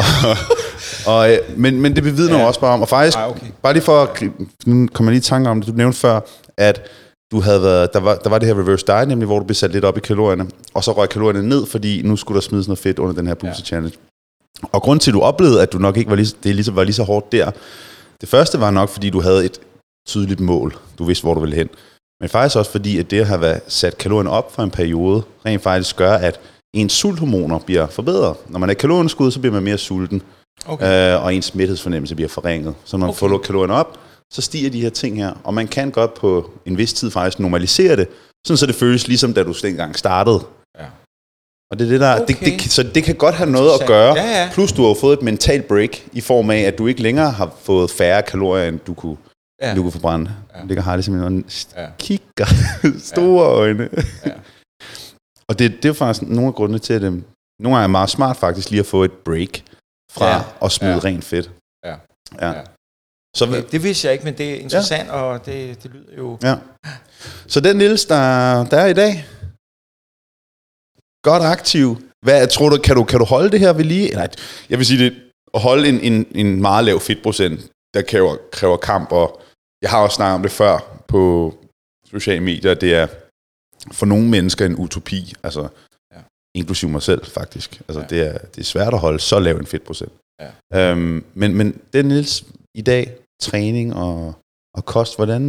[SPEAKER 1] Men det bevidner også bare om, og faktisk, bare lige for at komme lige i tanke om det, du nævnte før, at du havde været, der var det her reverse diet, nemlig hvor du blev sat lidt op i kalorierne, og så røg kalorierne ned, fordi nu skulle der smides noget fedt under den her booster challenge. Og grund til, at du oplevede, at du nok ikke var lige så hårdt der, det første var nok, fordi du havde et tydeligt mål. Du vidste, hvor du ville hen. Men faktisk også fordi, at det at have været sat kalorierne op for en periode, rent faktisk gør, at ens sulthormoner bliver forbedret. Når man er kalorieskud, så bliver man mere sulten, og ens mæthedsfornemmelse bliver forringet. Så når man får lukket kalorierne op, så stiger de her ting her, og man kan godt på en vis tid faktisk normalisere det, sådan så det føles ligesom, da du dengang startede. Ja. Og det er det der, så det kan godt have noget at gøre, plus du har fået et mentalt break, i form af, at du ikke længere har fået færre kalorier, end du kunne forbrænde. Det ligger Hardy simpelthen kigger store øjne. Ja. Og det er faktisk nogle af grundene til, at nogle gange er meget smart faktisk lige at få et break fra at smide rent fedt. Ja.
[SPEAKER 2] Så, det vidste jeg ikke, men det er interessant, og det lyder jo...
[SPEAKER 1] Ja. Så den Niels, der er i dag, godt aktiv. Hvad tror du, kan du holde det her ved lige? Nej, jeg vil sige det, at holde en meget lav fedtprocent, der kræver kamp, og jeg har også snakket om det før på sociale medier, det er for nogle mennesker en utopi, altså inklusive mig selv faktisk. Altså det er svært at holde så lav en fedtprocent. Ja. Men den Niels i dag, træning og kost, hvordan...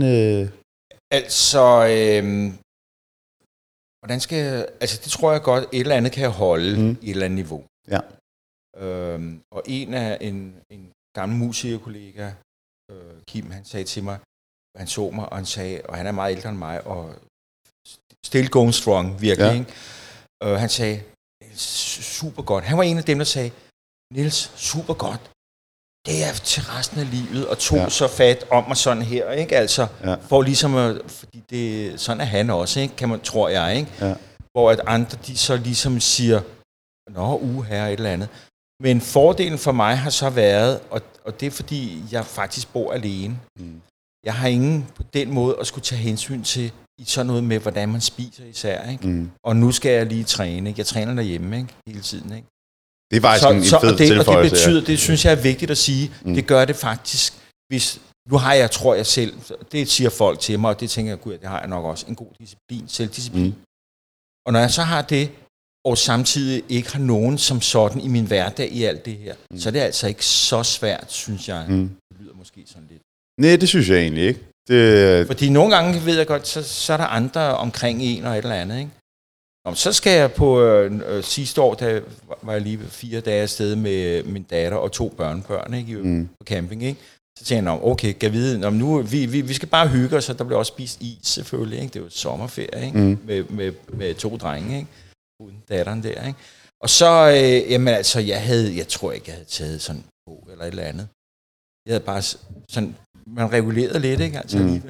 [SPEAKER 2] Hvordan det tror jeg godt, et eller andet kan holde i et eller andet niveau.
[SPEAKER 1] Ja.
[SPEAKER 2] Og en gammel musikerkollega, Kim, han sagde til mig, han så mig, og han sagde, og han er meget ældre end mig, og still going strong, virkelig, ikke? Han sagde, super godt. Han var en af dem, der sagde, Niels, super godt. Det er til resten af livet, og tog så fat om mig sådan her, ikke? Altså, for ligesom fordi sådan er han også, ikke? Tror jeg, ikke? Ja. Hvor at andre, de så ligesom siger, her et eller andet. Men fordelen for mig har så været, og det er fordi, jeg faktisk bor alene. Jeg har ingen på den måde at skulle tage hensyn til i sådan noget med, hvordan man spiser især, ikke? Og nu skal jeg lige træne, ikke? Jeg træner derhjemme, ikke? Hele tiden, ikke?
[SPEAKER 1] Det er faktisk en fed tilføjelse.
[SPEAKER 2] Og det betyder, det synes jeg er vigtigt at sige, det gør det faktisk, hvis, nu har jeg, tror jeg selv, det siger folk til mig, og det tænker jeg, gud, det har jeg nok også, en god disciplin, selvdisciplin. Og når jeg så har det, og samtidig ikke har nogen som sådan i min hverdag i alt det her, så er det altså ikke så svært, synes jeg. Det lyder måske sådan lidt.
[SPEAKER 1] Nej, det synes jeg egentlig ikke.
[SPEAKER 2] Fordi nogle gange ved jeg godt, så er der andre omkring en og et eller andet, ikke? Så skal jeg på sidste år, der var jeg lige 4 dage afsted med min datter og 2 børnebørn, ikke, på camping, ikke? Så tænkte jeg, okay, kan jeg vide, nu vi skal bare hygge os, og der blev også spist is selvfølgelig, ikke? Det var sommerferie, ikke? Med 2 drenge, ikke? Uden datteren der, ikke? Og så, jeg tror ikke, jeg havde taget sådan på eller et eller andet. Jeg havde bare sådan, man regulerede lidt, ikke? Altså alligevel, ikke?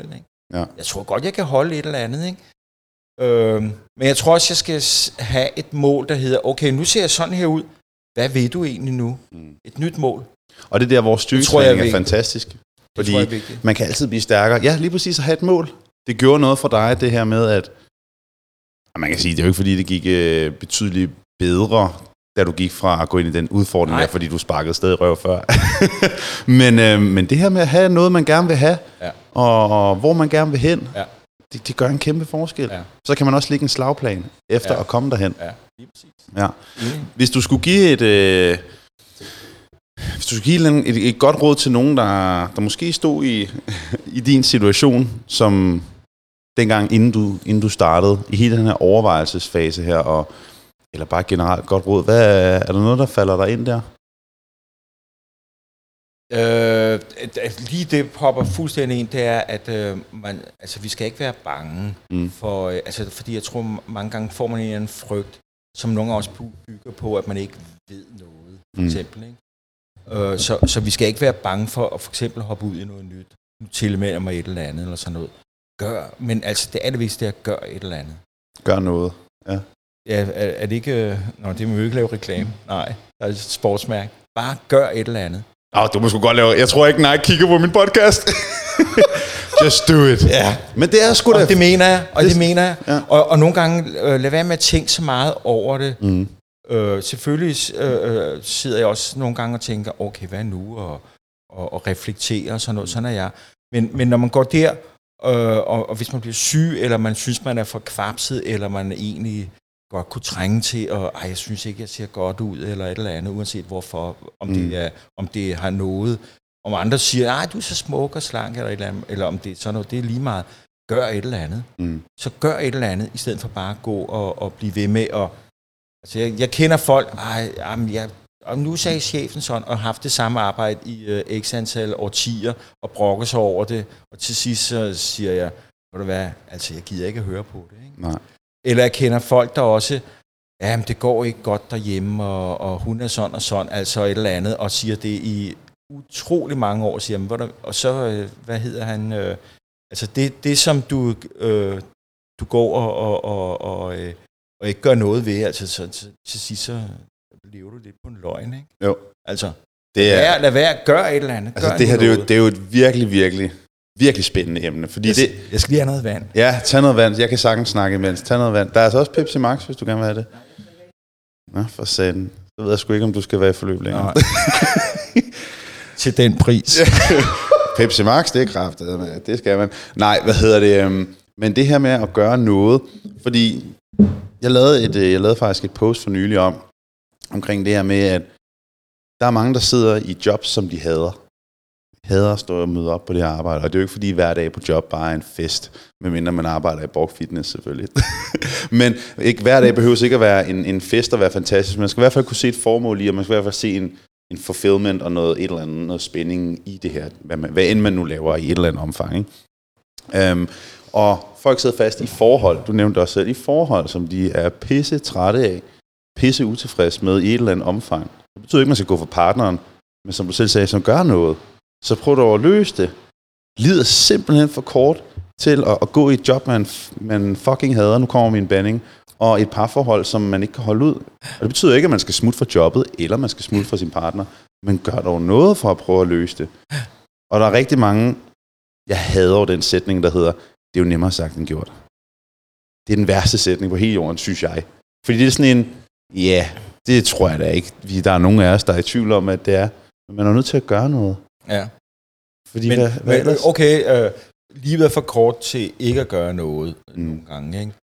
[SPEAKER 1] Ja.
[SPEAKER 2] Jeg tror godt, jeg kan holde et eller andet, ikke? Men jeg tror også, jeg skal have et mål, der hedder, okay, nu ser jeg sådan her ud. Hvad ved du egentlig nu? Et nyt mål.
[SPEAKER 1] Og det der, hvor styrketræning er fantastisk. Fordi man kan altid blive stærkere. Ja, lige præcis at have et mål. Det gjorde noget for dig, det her med, at man kan sige, det er jo ikke fordi, det gik betydeligt bedre, da du gik fra at gå ind i den udfordring der, fordi du sparkede stadig røv før. men det her med at have noget, man gerne vil have, og hvor man gerne vil hen, det gør en kæmpe forskel. Ja. Så kan man også lægge en slagplan efter at komme derhen.
[SPEAKER 2] Ja, lige præcis.
[SPEAKER 1] Ja. Hvis du skulle give et godt råd til nogen, der måske stod i din situation, som dengang, inden du startede, i hele den her overvejelsesfase her, eller bare generelt godt råd, er der noget, der falder dig ind der?
[SPEAKER 2] Lige det popper fuldstændig ind, det er, at vi skal ikke være bange for, fordi jeg tror, mange gange får man en frygt, som nogle gange også bygger på, at man ikke ved noget, for eksempel, ikke? Så vi skal ikke være bange for at for eksempel hoppe ud i noget nyt. Nu tilmelder mig et eller andet, eller sådan noget. Men altså, det allervigtigste er at gøre et eller andet.
[SPEAKER 1] Gør noget, ja.
[SPEAKER 2] Ja, er det ikke... det må jo ikke lave reklame. Nej, der er et sportsmærke. Bare gør et eller andet.
[SPEAKER 1] Du må sgu godt lave... Jeg tror ikke, Nike kigger på min podcast. Just do it.
[SPEAKER 2] Ja.
[SPEAKER 1] Men det er sgu da...
[SPEAKER 2] Det mener jeg, Ja. Og nogle gange lad være med at tænke så meget over det. Selvfølgelig sidder jeg også nogle gange og tænker, okay, hvad nu? Og reflekterer og sådan noget. Sådan er jeg. Men når man går der, og hvis man bliver syg, eller man synes, man er for kvapset, eller man egentlig godt kunne trænge til, jeg synes ikke, jeg ser godt ud, eller et eller andet, uanset hvorfor, om det har noget. Om andre siger, du er så smuk og slank, eller et eller andet, eller om det er sådan noget, det er lige meget. Gør et eller andet. Så gør et eller andet, i stedet for bare at gå og blive ved med at... Altså, jeg kender folk, og nu sagde chefen sådan, og har haft det samme arbejde i x antal årtier, og brokker sig over det, og til sidst så siger jeg, ved du hvad, altså jeg gider ikke at høre på det. Ikke?
[SPEAKER 1] Nej.
[SPEAKER 2] Eller jeg kender folk, der også, det går ikke godt derhjemme, og hun er sådan og sådan, altså et eller andet, og siger det i utrolig mange år, siger, og så, hvad hedder han, altså det som du går og ikke gør noget ved, altså så til sidst så lever du lidt på en løgn, ikke?
[SPEAKER 1] Jo.
[SPEAKER 2] Altså, lad være at gøre et eller andet.
[SPEAKER 1] Altså det her, det er jo et virkelig, virkelig, virkelig spændende emne, fordi
[SPEAKER 2] jeg skal lige have noget vand.
[SPEAKER 1] Ja, tag noget vand. Jeg kan sagtens snakke imens. Tag noget vand. Der er altså også Pepsi Max, hvis du gerne vil have det. Nå, for satan. Så ved jeg sgu ikke, om du skal være i forløb længere.
[SPEAKER 2] Til den pris.
[SPEAKER 1] Pepsi Max, det er kraftigt. Det skal man. Nej, hvad hedder det? Men det her med at gøre noget, fordi jeg lavede faktisk et post for nylig omkring det her med, at der er mange, der sidder i jobs, som de hader. Hader at stå og møde op på det her arbejde. Og det er jo ikke, fordi hver dag på job bare er en fest, medmindre man arbejder i Borg Fitness selvfølgelig. Men ikke hver dag behøver ikke at være en fest og være fantastisk. Man skal i hvert fald kunne se et formål i, og man skal i hvert fald se en fulfillment og noget spænding i det her. Hvad end man nu laver i et eller andet omfang. Ikke? Og folk sidder fast i forhold, du nævnte også selv, i forhold, som de er pisse trætte af, pisse utilfredse med i et eller andet omfang. Det betyder ikke, at man skal gå for partneren, men som du selv sagde, som gør noget. Så prøv dog at løse det. Livet er simpelthen for kort til at gå i et job, man fucking hader, nu kommer min banding, og et parforhold, som man ikke kan holde ud. Og det betyder ikke, at man skal smutte fra jobbet, eller man skal smutte fra sin partner, men gør dog noget for at prøve at løse det. Og der er rigtig mange, jeg hader den sætning, der hedder, det er jo nemmere sagt end gjort. Det er den værste sætning på hele jorden, synes jeg. Fordi det er sådan en, det tror jeg da ikke. Der er nogen af os, der er i tvivl om, at det er. Men man er nødt til at gøre noget.
[SPEAKER 2] Ja.
[SPEAKER 1] Fordi hvad
[SPEAKER 2] okay, livet er for kort til ikke at gøre noget nogle gange, ikke?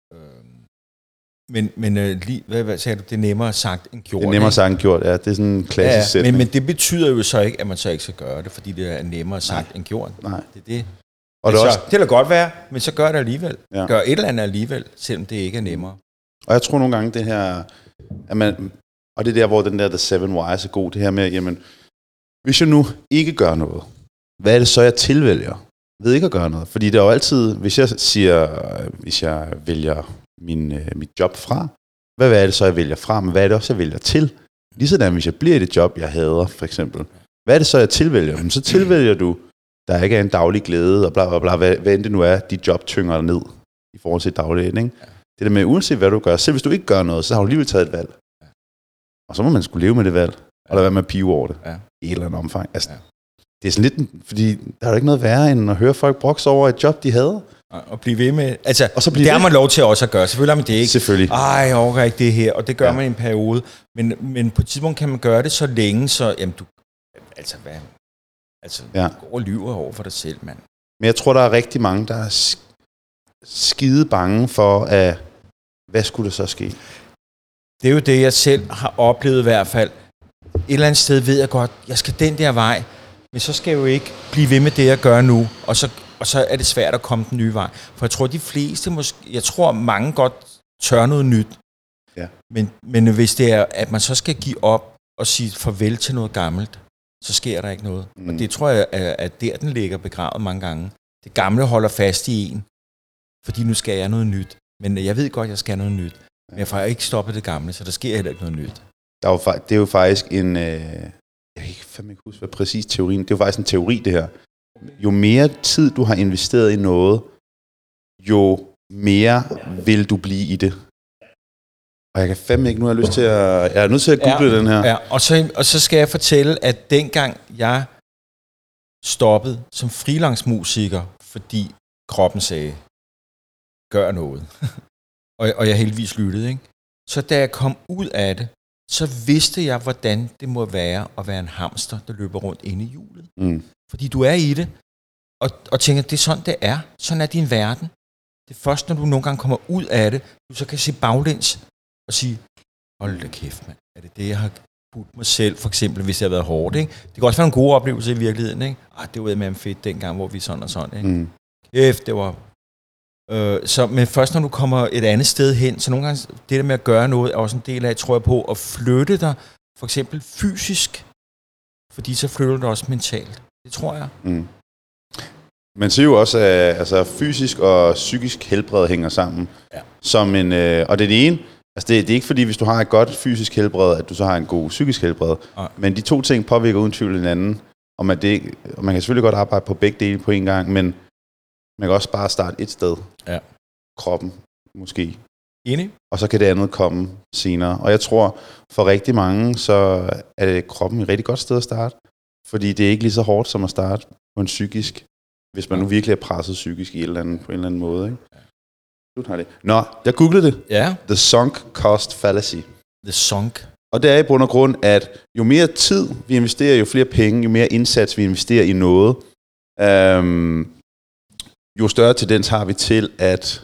[SPEAKER 2] Men hvad sagde du? Det er nemmere sagt end gjort.
[SPEAKER 1] Det er nemmere sagt end gjort, ja. Det er sådan en klassisk sætning.
[SPEAKER 2] Men det betyder jo så ikke, at man så ikke skal gøre det, fordi det er nemmere sagt end gjort.
[SPEAKER 1] Nej.
[SPEAKER 2] Det er det.
[SPEAKER 1] Og
[SPEAKER 2] det kan godt være, men så gør det alligevel. Ja. Gør et eller andet alligevel, selvom det ikke er nemmere.
[SPEAKER 1] Og jeg tror nogle gange, det her... og det er der, hvor den der The Seven Whys er god, det her med, jamen, hvis jeg nu ikke gør noget, hvad er det så, jeg tilvælger ved ikke at gøre noget? Fordi det er jo altid, hvis jeg vælger mit job fra, hvad er det så, jeg vælger fra, men hvad er det også, jeg vælger til? Ligesådan, hvis jeg bliver i det job, jeg hader, for eksempel, hvad er det så, jeg tilvælger? Men så tilvælger du der ikke er en daglig glæde, og bla bla bla, hvad end det nu er, de job tynger ned i forhold til dagligdagen, ikke? Ja. Det der med, uanset hvad du gør, selv hvis du ikke gør noget, så har du alligevel taget et valg. Ja. Og så må man skulle leve med det valg, og lade være med at pive over det, i et eller andet omfang. Altså, det er sådan lidt, fordi der er jo ikke noget værre, end at høre folk brokse over et job, de havde.
[SPEAKER 2] Og blive ved med, altså, og så det har man lov til også at gøre, selvfølgelig har man det ikke.
[SPEAKER 1] Selvfølgelig.
[SPEAKER 2] Jeg overgår ikke det her, og det gør man i en periode, men på et tidspunkt kan man gøre det så længe, så, jamen du, altså hvad, du går og lyver over for dig selv, mand.
[SPEAKER 1] Men jeg tror, der er rigtig mange, der er skide bange for, at hvad skulle der så ske?
[SPEAKER 2] Det er jo det, jeg selv har oplevet i hvert fald. Et eller andet sted ved jeg godt, jeg skal den der vej, men så skal jeg jo ikke blive ved med det, jeg gør nu, og så er det svært at komme den nye vej. For jeg tror, de fleste, jeg tror, mange godt tør noget nyt. Ja. Men hvis det er, at man så skal give op og sige farvel til noget gammelt, så sker der ikke noget. Og det tror jeg, at der den ligger begravet mange gange. Det gamle holder fast i en, fordi nu skal jeg noget nyt. Men jeg ved godt, at jeg skal noget nyt. Men jeg får ikke stoppet det gamle, så der sker heller ikke noget nyt.
[SPEAKER 1] Det er jo faktisk en... jeg kan fandme ikke huske, hvad præcis teorien... Det er jo faktisk en teori, det her. Jo mere tid, du har investeret i noget, jo mere vil du blive i det. Og jeg kan fandme ikke... Nu har jeg lyst til at... Jeg er nødt til at google den her.
[SPEAKER 2] Ja, og så skal jeg fortælle, at dengang jeg stoppede som freelance-musiker, fordi kroppen sagde, gør noget. og jeg heldigvis lyttede, ikke? Så da jeg kom ud af det, så vidste jeg, hvordan det må være at være en hamster, der løber rundt inde i hjulet. Fordi du er i det, og tænker, det er sådan, det er. Sådan er din verden. Det er først, når du nogle gange kommer ud af det, du så kan se baglæns og sige, hold da kæft, mand. Er det, jeg har budt mig selv, for eksempel, hvis det har været hårdt, ikke? Det kan også være en god oplevelse i virkeligheden, ikke? Det var med fedt dengang, hvor vi sådan og sådan, ikke? Kæft, det var... men først når du kommer et andet sted hen, så nogle gange det der med at gøre noget, er også en del af, tror jeg på, at flytte dig, for eksempel fysisk, fordi så flytter du dig også mentalt. Det tror jeg.
[SPEAKER 1] Man siger jo også, at fysisk og psykisk helbred hænger sammen. Ja. Som en, og det er det ene. Altså det er ikke fordi, hvis du har et godt fysisk helbred, at du så har en god psykisk helbred. Ja. Men de to ting påvirker uden tvivl hinanden. Og man kan selvfølgelig godt arbejde på begge dele på en gang, men man kan også bare starte et sted. Ja. Kroppen, måske.
[SPEAKER 2] Enig.
[SPEAKER 1] Og så kan det andet komme senere. Og jeg tror, for rigtig mange, så er kroppen et rigtig godt sted at starte. Fordi det er ikke lige så hårdt som at starte på en psykisk, hvis man nu virkelig er presset psykisk på en eller anden måde. Ikke? Nå, jeg googlede det.
[SPEAKER 2] Ja.
[SPEAKER 1] The sunk cost fallacy.
[SPEAKER 2] The sunk.
[SPEAKER 1] Og det er i bund og grund, at jo mere tid vi investerer, jo flere penge, jo mere indsats vi investerer i noget, jo større tendens har vi til at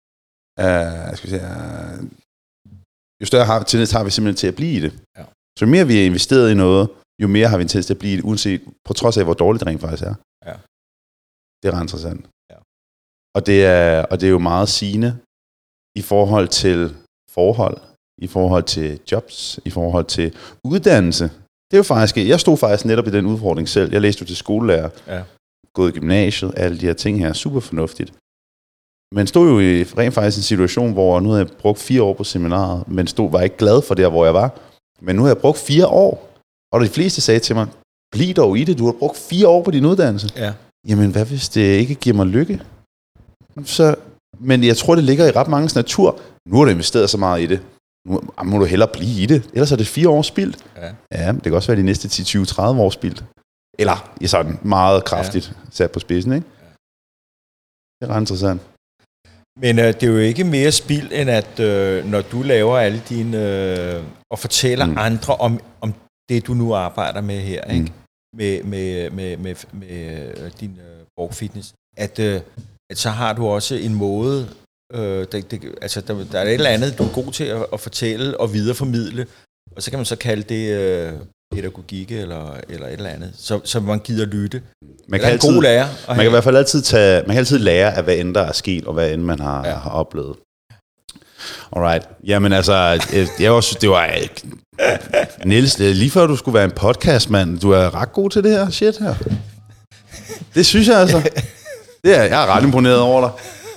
[SPEAKER 1] jo større tendens har vi simpelthen til at blive i det. Ja. Så jo mere vi er investeret i noget, jo mere har vi en tendens til at blive i det, uanset på trods af, hvor dårligt det rent faktisk er. Ja. Det er ret interessant. Ja. Og det er jo meget sigende i forhold til forhold, i forhold til jobs, i forhold til uddannelse. Det er jo faktisk, jeg stod faktisk netop i den udfordring selv. Jeg læste jo til skolelærer, gået i gymnasiet, alle de her ting her, super fornuftigt. Men stod jo i rent faktisk en situation, hvor nu havde jeg brugt 4 år på seminaret, men var ikke glad for der, hvor jeg var. Men nu har jeg brugt 4 år, og de fleste sagde til mig, bliv dog i det, du har brugt 4 år på din uddannelse. Ja. Jamen, hvad hvis det ikke giver mig lykke? Men jeg tror, det ligger i ret manges natur. Nu har du investeret så meget i det. Nu må du hellere blive i det. Ellers er det 4 år spildt. Ja, det kan også være de næste 10-20-30 år spildt. Eller i sådan meget kraftigt sat på spidsen, ikke? Det er ret interessant.
[SPEAKER 2] Men det er jo ikke mere spild, end at når du laver alle dine... og fortæller andre om det, du nu arbejder med her, ikke? Med din borgfitness, at så har du også en måde... der er et eller andet, du er god til at fortælle og videreformidle, og så kan man så kalde det pædagogik eller et eller andet, så man gider lytte.
[SPEAKER 1] Man kan altid, en god lærer. Man kan i hvert fald altid lære af, hvad end der er sket, og hvad end man har oplevet. Alright. Jamen altså, jeg synes, det var... Niels, lige før du skulle være en podcastmand, du er ret god til det her shit her. Det synes jeg altså. Jeg er ret imponeret over dig.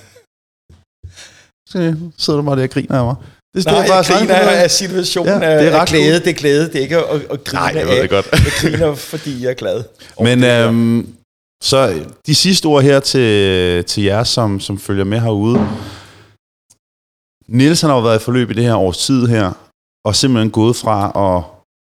[SPEAKER 1] Så sidder du bare der og griner af mig.
[SPEAKER 2] Jeg griner af situationen af glæde. Det er glæde, det er ikke at grine.
[SPEAKER 1] Nej, jeg ved det godt.
[SPEAKER 2] Jeg griner, fordi jeg er glad.
[SPEAKER 1] Men Så de sidste ord her til jer, som følger med herude. Niels han har jo været i forløb i det her års tid her, og simpelthen gået fra at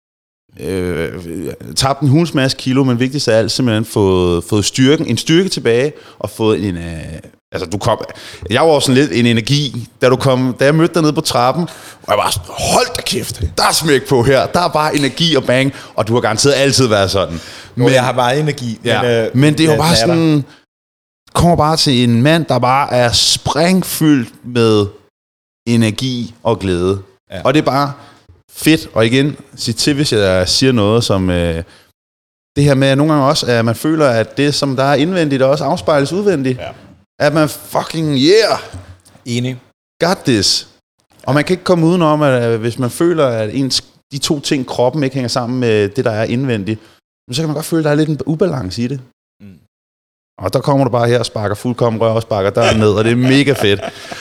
[SPEAKER 1] tabt en hulens masse kilo, men vigtigst af alt simpelthen fået en styrke tilbage, og fået en... jeg var også sådan lidt en energi, da jeg mødte dig nede på trappen, og jeg var sådan, hold da kæft, der er smæk på her, der er bare energi og bang, og du har garanteret altid været sådan.
[SPEAKER 2] Men jeg har bare energi.
[SPEAKER 1] Ja, men det er jo bare sådan, kommer bare til en mand, der bare er sprængfyldt med energi og glæde. Ja. Og det er bare fedt, og igen, sig til, hvis jeg siger noget som det her med, at nogle gange også, at man føler, at det, som der er indvendigt, også afspejles udvendigt. Ja. At man fucking, yeah!
[SPEAKER 2] Enig.
[SPEAKER 1] Got this. Og man kan ikke komme udenom, at hvis man føler, at de to ting, kroppen ikke hænger sammen med det, der er indvendigt, så kan man godt føle, at der er lidt en ubalance i det. Mm. Og der kommer du bare her og sparker fuldkommen rør og sparker derned, og det er mega fedt.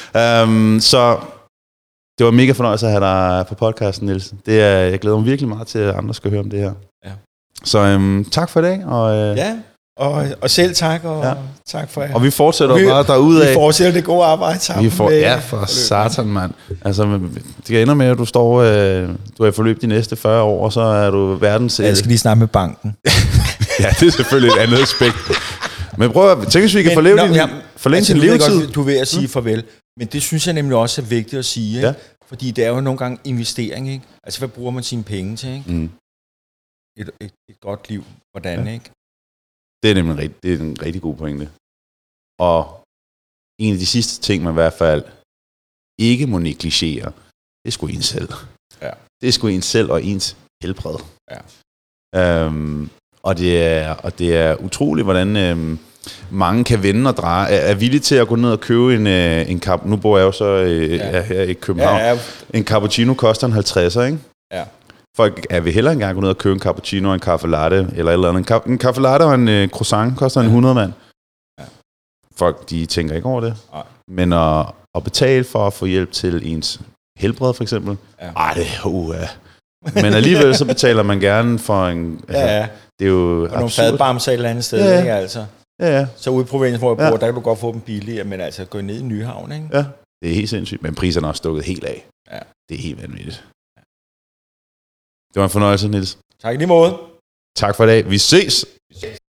[SPEAKER 1] Så det var mega fornøjelse at have dig på podcasten, Niels. Jeg glæder mig virkelig meget til, at andre skal høre om det her. Ja. Så tak for i dag.
[SPEAKER 2] Og selv tak, og tak for jer.
[SPEAKER 1] Og vi fortsætter bare derudad.
[SPEAKER 2] Vi fortsætter det gode arbejde sammen.
[SPEAKER 1] For satan, mand. Altså, det ender med, at du er i forløb de næste 40 år, og så er du verdens...
[SPEAKER 2] Jeg skal lige snakke med banken.
[SPEAKER 1] Ja, det er selvfølgelig et andet aspekt. Men prøv at tænke, hvis vi kan forlænge sin levetid.
[SPEAKER 2] Godt, du er ved at sige farvel. Men det synes jeg nemlig også er vigtigt at sige. Ikke? Ja. Fordi det er jo nogle gange investering. Ikke? Altså, hvad bruger man sine penge til? Ikke? Mm. Et godt liv. Hvordan, ikke?
[SPEAKER 1] Det er nemlig en rigtig god pointe. Og en af de sidste ting, man i hvert fald ikke må negligere, det er sgu ens selv. Ja. Det er sgu ens selv og ens helbred. Ja. Og det er utroligt, hvordan mange kan vende og dreje. Er villige til at gå ned og købe en nu bor jeg jo så her i København. Ja. En cappuccino koster en 50'er, ikke? Ja. Folk vil hellere engang gå ned og købe en cappuccino og en kaffe latte, eller et eller andet. En kaffe latte og en croissant koster en 100 mand. Ja. Folk, de tænker ikke over det. Nej. Men at betale for at få hjælp til ens helbred, for eksempel. Ja. Men alligevel så betaler man gerne for en... Altså, det er jo
[SPEAKER 2] og nogle fadbamser et eller andet sted, ikke altså? Ja. Så ude i provinsen, hvor jeg bor, der kan du godt få dem billigere, men altså gå ned i Nyhavn, ikke?
[SPEAKER 1] Ja, det er helt sindssygt. Men priserne er også stukket helt af. Ja. Det er helt vanvittigt. Det var en fornøjelse, Niels.
[SPEAKER 2] Tak i lige måde.
[SPEAKER 1] Tak for i dag. Vi ses.